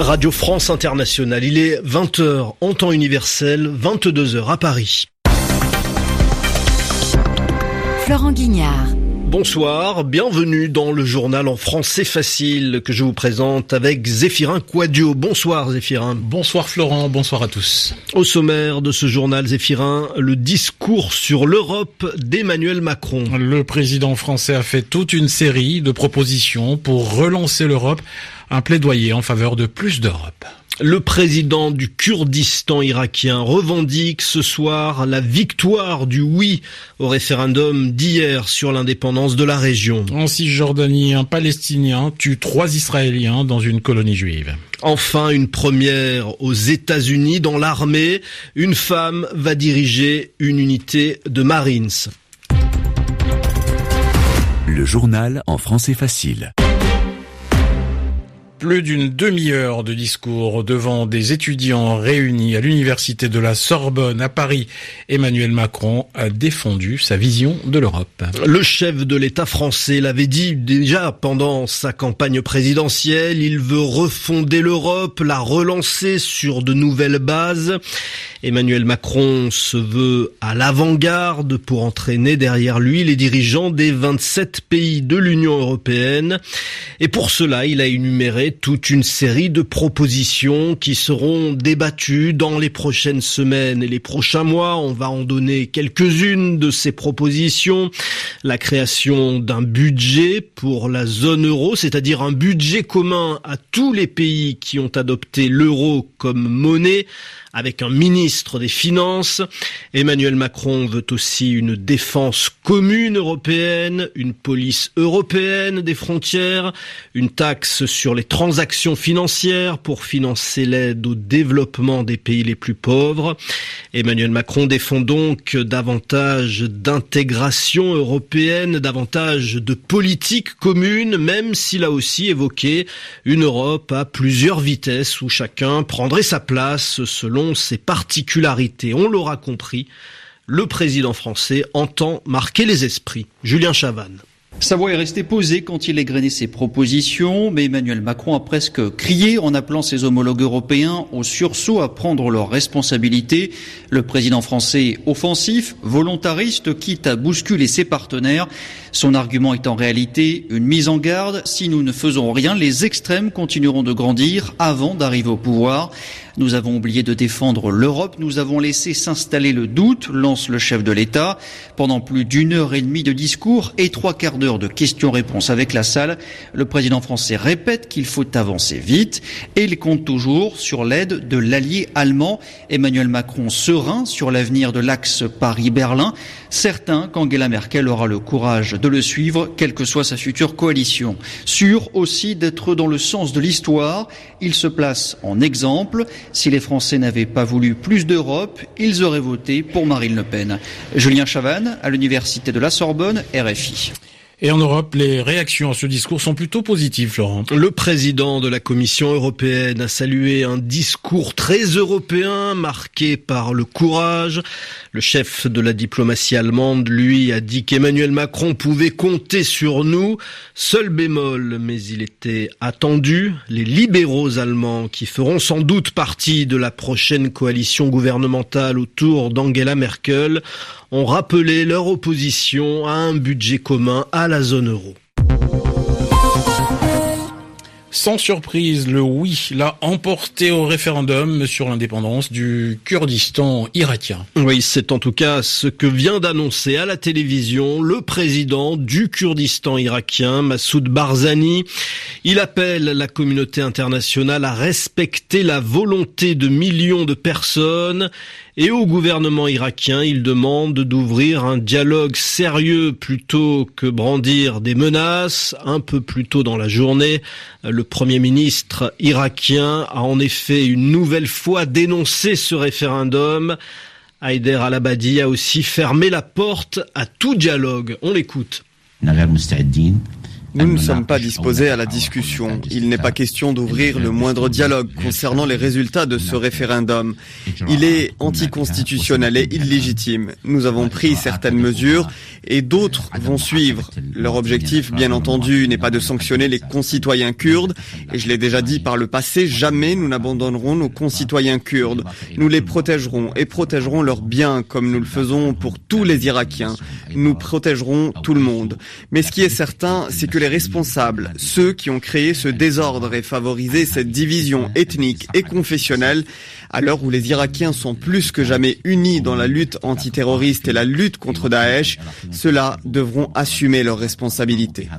Radio France Internationale, il est 20h en temps universel, 22h à Paris. Florent Guignard. Bonsoir, bienvenue dans le journal en français facile que je vous présente avec Zéphirin Quadio. Bonsoir Zéphirin. Bonsoir Florent, bonsoir à tous. Au sommaire de ce journal Zéphirin, le discours sur l'Europe d'Emmanuel Macron. Le président français a fait toute une série de propositions pour relancer l'Europe, un plaidoyer en faveur de plus d'Europe. Le président du Kurdistan irakien revendique ce soir la victoire du oui au référendum d'hier sur l'indépendance de la région. En Cisjordanie, un Palestinien tue 3 Israéliens dans une colonie juive. Enfin, une première aux États-Unis dans l'armée. Une femme va diriger une unité de Marines. Le journal en français facile. Plus d'une demi-heure de discours devant des étudiants réunis à l'université de la Sorbonne à Paris. Emmanuel Macron a défendu sa vision de l'Europe. Le chef de l'État français l'avait dit déjà pendant sa campagne présidentielle. Il veut refonder l'Europe, la relancer sur de nouvelles bases. Emmanuel Macron se veut à l'avant-garde pour entraîner derrière lui les dirigeants des 27 pays de l'Union européenne. Et pour cela, il a énuméré toute une série de propositions qui seront débattues dans les prochaines semaines et les prochains mois. On va en donner quelques-unes de ces propositions. La création d'un budget pour la zone euro, c'est-à-dire un budget commun à tous les pays qui ont adopté l'euro comme monnaie, avec un ministre des Finances. Emmanuel Macron veut aussi une défense commune européenne, une police européenne des frontières, une taxe sur les transactions financières pour financer l'aide au développement des pays les plus pauvres. Emmanuel Macron défend donc davantage d'intégration européenne, davantage de politique commune, même s'il a aussi évoqué une Europe à plusieurs vitesses où chacun prendrait sa place selon ses particularités. On l'aura compris, le président français entend marquer les esprits. Julien Chavannes. Sa voix est restée posée quand il égrenait ses propositions, mais Emmanuel Macron a presque crié en appelant ses homologues européens au sursaut à prendre leurs responsabilités. Le président français offensif, volontariste, quitte à bousculer ses partenaires. Son argument est en réalité une mise en garde. Si nous ne faisons rien, les extrêmes continueront de grandir avant d'arriver au pouvoir. Nous avons oublié de défendre l'Europe, nous avons laissé s'installer le doute, lance le chef de l'État. Pendant plus d'1h30 de discours et 3/4 d'heure de questions-réponses avec la salle, le président français répète qu'il faut avancer vite et il compte toujours sur l'aide de l'allié allemand. Emmanuel Macron serein sur l'avenir de l'axe Paris-Berlin, certain qu'Angela Merkel aura le courage de le suivre, quelle que soit sa future coalition. Sûr aussi d'être dans le sens de l'histoire, il se place en exemple. Si les Français n'avaient pas voulu plus d'Europe, ils auraient voté pour Marine Le Pen. Julien Chavannes, à l'université de la Sorbonne, RFI. Et en Europe, les réactions à ce discours sont plutôt positives, Florent. Le président de la Commission européenne a salué un discours très européen, marqué par le courage. Le chef de la diplomatie allemande, lui, a dit qu'Emmanuel Macron pouvait compter sur nous. Seul bémol, mais il était attendu, les libéraux allemands, qui feront sans doute partie de la prochaine coalition gouvernementale autour d'Angela Merkel, ont rappelé leur opposition à un budget commun à la zone euro. Sans surprise, le oui l'a emporté au référendum sur l'indépendance du Kurdistan irakien. Oui, c'est en tout cas ce que vient d'annoncer à la télévision le président du Kurdistan irakien, Massoud Barzani. Il appelle la communauté internationale à respecter la volonté de millions de personnes. Et au gouvernement irakien, il demande d'ouvrir un dialogue sérieux plutôt que brandir des menaces. Un peu plus tôt dans la journée, le Premier ministre irakien a en effet une nouvelle fois dénoncé ce référendum. Haider al-Abadi a aussi fermé la porte à tout dialogue. On l'écoute. Nous ne sommes pas disposés à la discussion. Il n'est pas question d'ouvrir le moindre dialogue concernant les résultats de ce référendum. Il est anticonstitutionnel et illégitime. Nous avons pris certaines mesures et d'autres vont suivre. Leur objectif, bien entendu, n'est pas de sanctionner les concitoyens kurdes. Et je l'ai déjà dit par le passé, jamais nous n'abandonnerons nos concitoyens kurdes. Nous les protégerons et protégerons leurs biens comme nous le faisons pour tous les Irakiens. Nous protégerons tout le monde. Mais ce qui est certain, c'est que les responsables, ceux qui ont créé ce désordre et favorisé cette division ethnique et confessionnelle, à l'heure où les Irakiens sont plus que jamais unis dans la lutte antiterroriste et la lutte contre Daesh, ceux-là devront assumer leurs responsabilités.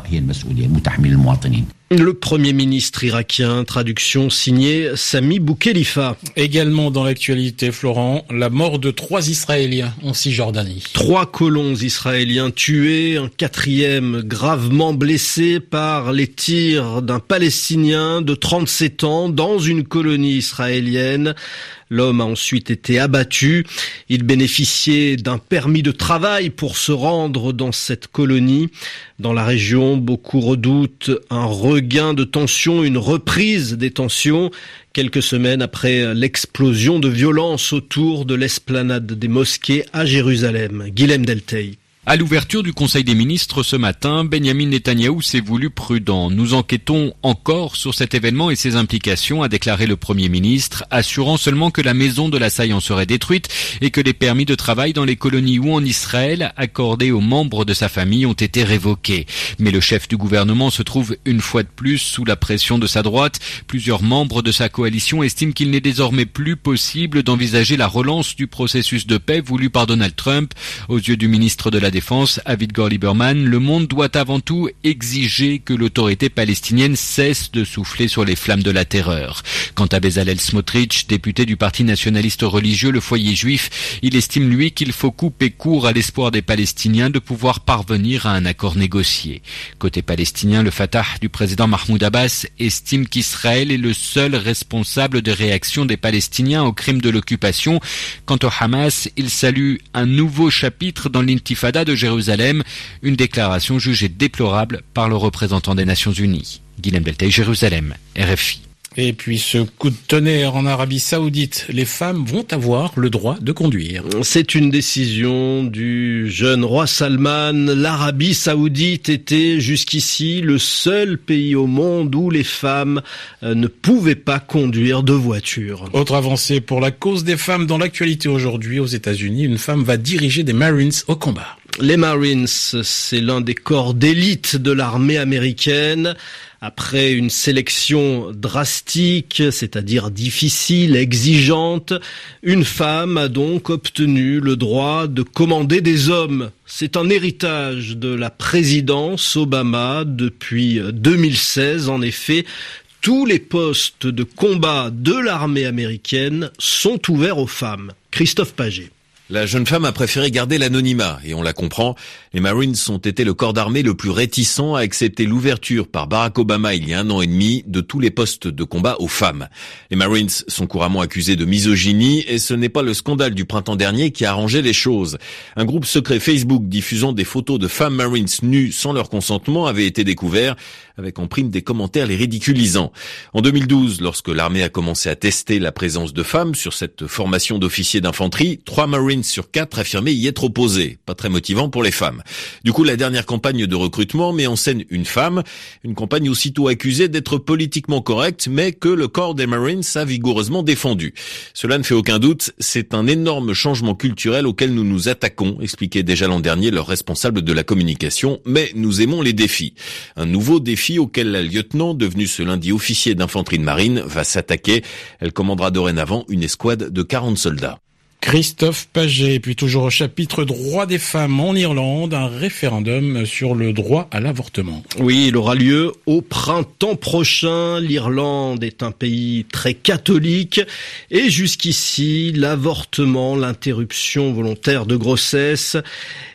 Le Premier ministre irakien, traduction signée Sami Boukhelifa. Également dans l'actualité, Florent, la mort de 3 Israéliens en Cisjordanie. 3 colons israéliens tués, un 4e gravement blessé par les tirs d'un Palestinien de 37 ans dans une colonie israélienne. L'homme a ensuite été abattu. Il bénéficiait d'un permis de travail pour se rendre dans cette colonie. Dans la région, beaucoup redoutent un regain de tensions, une reprise des tensions, quelques semaines après l'explosion de violence autour de l'esplanade des mosquées à Jérusalem. Guilhem Deltey. À l'ouverture du Conseil des ministres ce matin, Benyamin Netanyahou s'est voulu prudent. Nous enquêtons encore sur cet événement et ses implications, a déclaré le Premier ministre, assurant seulement que la maison de l'assaillant serait détruite et que les permis de travail dans les colonies ou en Israël accordés aux membres de sa famille ont été révoqués. Mais le chef du gouvernement se trouve une fois de plus sous la pression de sa droite. Plusieurs membres de sa coalition estiment qu'il n'est désormais plus possible d'envisager la relance du processus de paix voulu par Donald Trump. Aux yeux du ministre de la Défense, Avigdor Lieberman, le monde doit avant tout exiger que l'autorité palestinienne cesse de souffler sur les flammes de la terreur. Quant à Bezalel Smotrich, député du parti nationaliste religieux Le Foyer Juif, il estime lui qu'il faut couper court à l'espoir des Palestiniens de pouvoir parvenir à un accord négocié. Côté palestinien, le Fatah du président Mahmoud Abbas estime qu'Israël est le seul responsable des réactions des Palestiniens aux crimes de l'occupation. Quant au Hamas, il salue un nouveau chapitre dans l'intifada de Jérusalem, une déclaration jugée déplorable par le représentant des Nations Unies. Guilhem Deltey, Jérusalem, RFI. Et puis ce coup de tonnerre en Arabie Saoudite, les femmes vont avoir le droit de conduire. C'est une décision du jeune roi Salman. L'Arabie Saoudite était jusqu'ici le seul pays au monde où les femmes ne pouvaient pas conduire de voiture. Autre avancée pour la cause des femmes dans l'actualité aujourd'hui aux États-Unis, une femme va diriger des Marines au combat. Les Marines, c'est l'un des corps d'élite de l'armée américaine. Après une sélection drastique, c'est-à-dire difficile, exigeante, une femme a donc obtenu le droit de commander des hommes. C'est un héritage de la présidence Obama depuis 2016. En effet, tous les postes de combat de l'armée américaine sont ouverts aux femmes. Christophe Paget. La jeune femme a préféré garder l'anonymat, et on la comprend. Les Marines ont été le corps d'armée le plus réticent à accepter l'ouverture par Barack Obama il y a 1 an et demi de tous les postes de combat aux femmes. Les Marines sont couramment accusés de misogynie, et ce n'est pas le scandale du printemps dernier qui a arrangé les choses. Un groupe secret Facebook diffusant des photos de femmes Marines nues sans leur consentement avait été découvert, avec en prime des commentaires les ridiculisant. En 2012, lorsque l'armée a commencé à tester la présence de femmes sur cette formation d'officiers d'infanterie, 3 Marines sur 4 affirmaient y être opposés. Pas très motivant pour les femmes. Du coup, la dernière campagne de recrutement met en scène une femme, une campagne aussitôt accusée d'être politiquement correcte, mais que le corps des Marines a vigoureusement défendu. Cela ne fait aucun doute, c'est un énorme changement culturel auquel nous nous attaquons, expliquait déjà l'an dernier leur responsable de la communication, mais nous aimons les défis. Un nouveau défi auquel la lieutenant, devenue ce lundi officier d'infanterie de marine, va s'attaquer. Elle commandera dorénavant une escouade de 40 soldats. Christophe Paget. Et puis toujours au chapitre droit des femmes en Irlande, un référendum sur le droit à l'avortement. Oui, il aura lieu au printemps prochain. L'Irlande est un pays très catholique et jusqu'ici, l'avortement, l'interruption volontaire de grossesse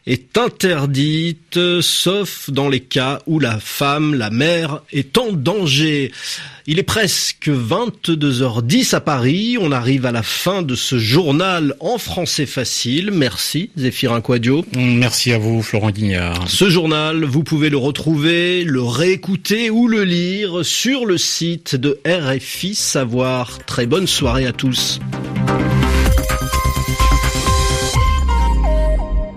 est interdite, sauf dans les cas où la femme, la mère, est en danger. Il est presque 22h10 à Paris. On arrive à la fin de ce journal en français facile. Merci Zéphirin Quadio. Merci à vous Florent Guignard. Ce journal, vous pouvez le retrouver, le réécouter ou le lire sur le site de RFI Savoir. Très bonne soirée à tous.